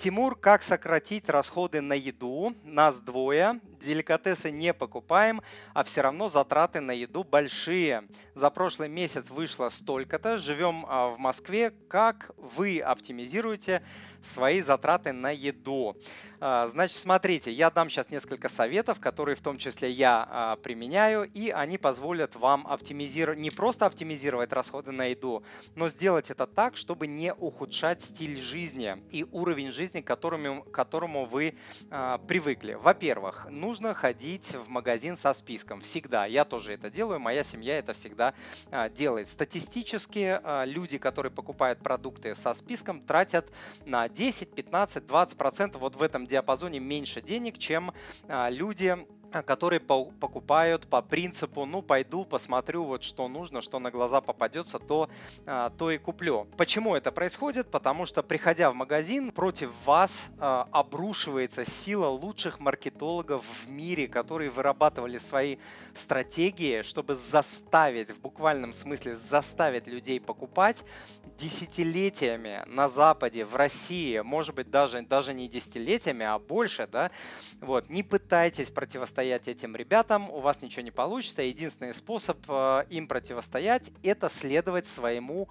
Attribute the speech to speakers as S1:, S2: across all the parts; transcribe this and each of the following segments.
S1: Тимур, как сократить расходы на еду? Нас двое, деликатесы не покупаем, а все равно затраты на еду большие. За прошлый месяц вышло столько-то, живем в Москве. Как вы оптимизируете свои затраты на еду? Значит, смотрите, я дам сейчас несколько советов, которые в том числе я применяю, и они позволят вам оптимизировать, не просто оптимизировать расходы на еду, но сделать это так, чтобы не ухудшать стиль жизни и уровень жизни, к которому вы привыкли. Во-первых, нужно ходить в магазин со списком. Всегда. Я тоже это делаю, моя семья это всегда делает. Статистически люди, которые покупают продукты со списком, тратят на 10, 15, 20%, вот в этом диапазоне меньше денег, чем люди, которые покупают по принципу, ну, пойду, посмотрю, вот что нужно, что на глаза попадется, то и куплю. Почему это происходит? Потому что, приходя в магазин, против вас обрушивается сила лучших маркетологов в мире, которые вырабатывали свои стратегии, чтобы заставить, в буквальном смысле, заставить людей покупать десятилетиями на Западе, в России, может быть, даже не десятилетиями, а больше, да, вот, не пытайтесь противостоять этим ребятам, у вас ничего не получится. Единственный способ им противостоять – это следовать своему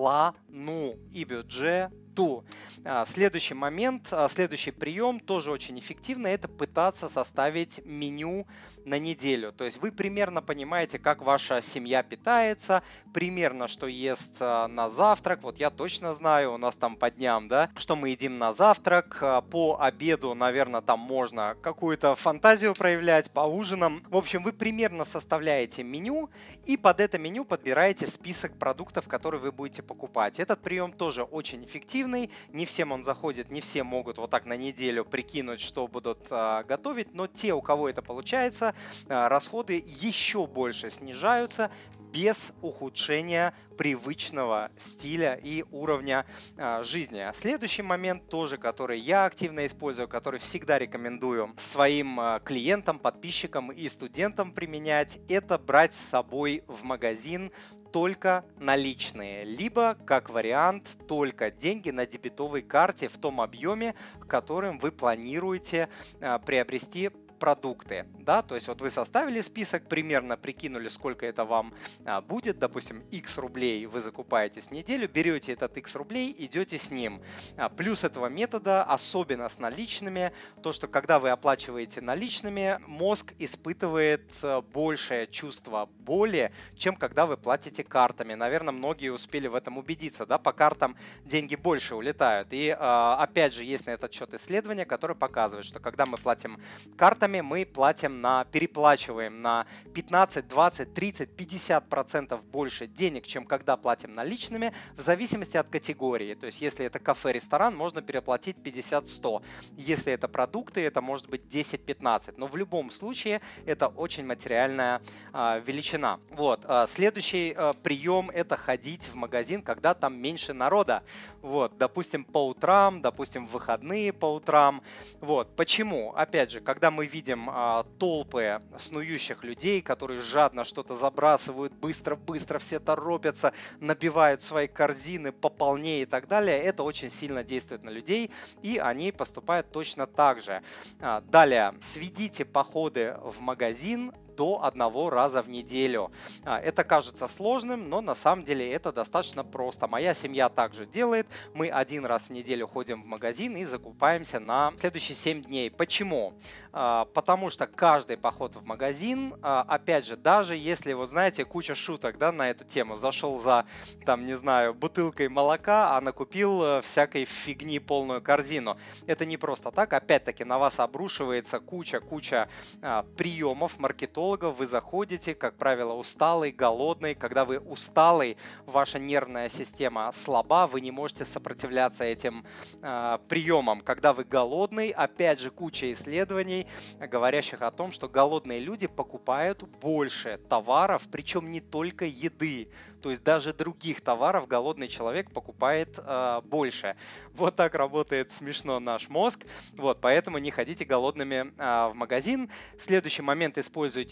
S1: плану и бюджету. Следующий момент, следующий прием, тоже очень эффективно, это пытаться составить меню на неделю. То есть вы примерно понимаете, как ваша семья питается, примерно что ест на завтрак. Вот я точно знаю, у нас там по дням, да, что мы едим на завтрак. По обеду, наверное, там можно какую-то фантазию проявлять, по ужинам. В общем, вы примерно составляете меню и под это меню подбираете список продуктов, которые вы будете покупать. Этот прием тоже очень эффективный. Не всем он заходит, не все могут вот так на неделю прикинуть, что будут готовить, но те, у кого это получается, расходы еще больше снижаются без ухудшения привычного стиля и уровня жизни. Следующий момент тоже, который я активно использую, который всегда рекомендую своим клиентам, подписчикам и студентам применять, это брать с собой в магазин только наличные, либо, как вариант, только деньги на дебетовой карте в том объеме, которым вы планируете приобрести продукты, да, то есть вот вы составили список, примерно прикинули, сколько это вам будет, допустим, x рублей вы закупаетесь в неделю, берете этот x рублей, идете с ним. Плюс этого метода, особенно с наличными, то, что когда вы оплачиваете наличными, мозг испытывает большее чувство боли, чем когда вы платите картами. Наверное, многие успели в этом убедиться, да, по картам деньги больше улетают. И опять же, есть на этот счет исследования, которые показывают, что когда мы платим картами, мы переплачиваем на 15, 20, 30, 50% больше денег, чем когда платим наличными, в зависимости от категории. То есть, если это кафе, ресторан, можно переплатить 50-100. Если это продукты, это может быть 10-15. Но в любом случае, это очень материальная величина. Вот. Следующий прием – это ходить в магазин, когда там меньше народа. Вот. Допустим, по утрам, допустим, в выходные по утрам. Вот. Почему? Опять же, когда мы видим толпы снующих людей, которые жадно что-то забрасывают, быстро-быстро все торопятся, набивают свои корзины пополнее и так далее, это очень сильно действует на людей, и они поступают точно так же. Далее, сведите походы в магазин до 1 раза в неделю. Это кажется сложным, но на самом деле это достаточно просто. Моя семья также делает. Мы 1 раз в неделю ходим в магазин и закупаемся на следующие 7 дней. Почему? Потому что каждый поход в магазин, опять же, даже если, вы знаете, куча шуток, да, на эту тему, зашел за, там, не знаю, бутылкой молока, а накупил всякой фигни полную корзину. Это не просто так. Опять-таки на вас обрушивается куча приемов маркетологов. Вы заходите, как правило, усталый, голодный. Когда вы усталый, ваша нервная система слаба, вы не можете сопротивляться этим приемам. Когда вы голодный, опять же, куча исследований, говорящих о том, что голодные люди покупают больше товаров, причем не только еды. То есть даже других товаров голодный человек покупает больше. Вот так работает смешно наш мозг. Вот, поэтому не ходите голодными в магазин. Следующий момент: используйте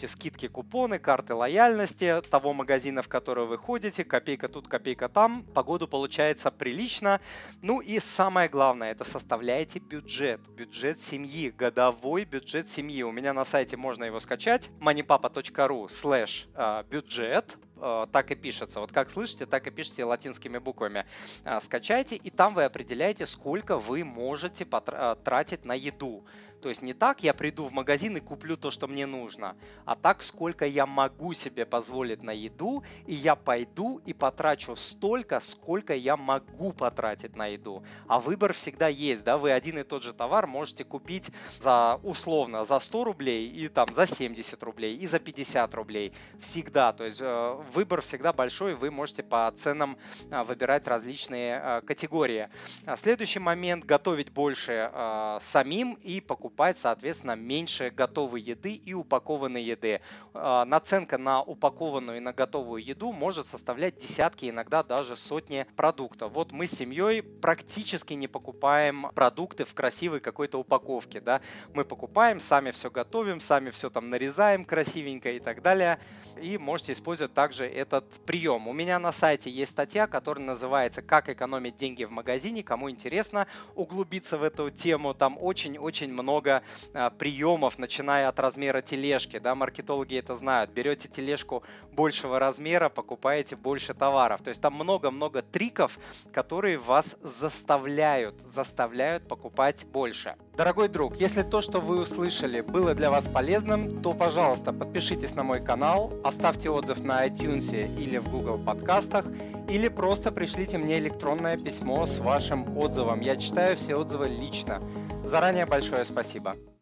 S1: используете скидки, купоны, карты лояльности того магазина, в который вы ходите, копейка тут, копейка там, погоду получается прилично. Ну и самое главное, это составляете бюджет семьи, годовой бюджет семьи. У меня на сайте можно его скачать, moneypapa.ru/бюджет. Так и пишется. Вот как слышите, так и пишите латинскими буквами. Скачайте, и там вы определяете, сколько вы можете тратить на еду. То есть не так я приду в магазин и куплю то, что мне нужно, а так, сколько я могу себе позволить на еду, и я пойду и потрачу столько, сколько я могу потратить на еду. А выбор всегда есть, да, вы один и тот же товар можете купить условно за 100 рублей и там за 70 рублей и за 50 рублей. Всегда, то есть выбор всегда большой, вы можете по ценам выбирать различные категории. Следующий момент, готовить больше самим и покупать, соответственно, меньше готовой еды и упакованной еды. Наценка на упакованную и на готовую еду может составлять десятки, иногда даже сотни продуктов. Вот мы с семьей практически не покупаем продукты в красивой какой-то упаковке, да. Мы покупаем, сами все готовим, сами все там нарезаем красивенько и так далее. И можете использовать также этот прием. У меня на сайте есть статья, которая называется «Как экономить деньги в магазине». Кому интересно углубиться в эту тему, там очень-очень много приемов, начиная от размера тележки, да, маркетологи это знают. Берете тележку большего размера, покупаете больше товаров. То есть там много-много триков, которые вас заставляют покупать больше. Дорогой друг, если то, что вы услышали, было для вас полезным, то, пожалуйста, подпишитесь на мой канал, оставьте отзыв на iTunes или в Google подкастах, или просто пришлите мне электронное письмо с вашим отзывом. Я читаю все отзывы лично. Заранее большое спасибо.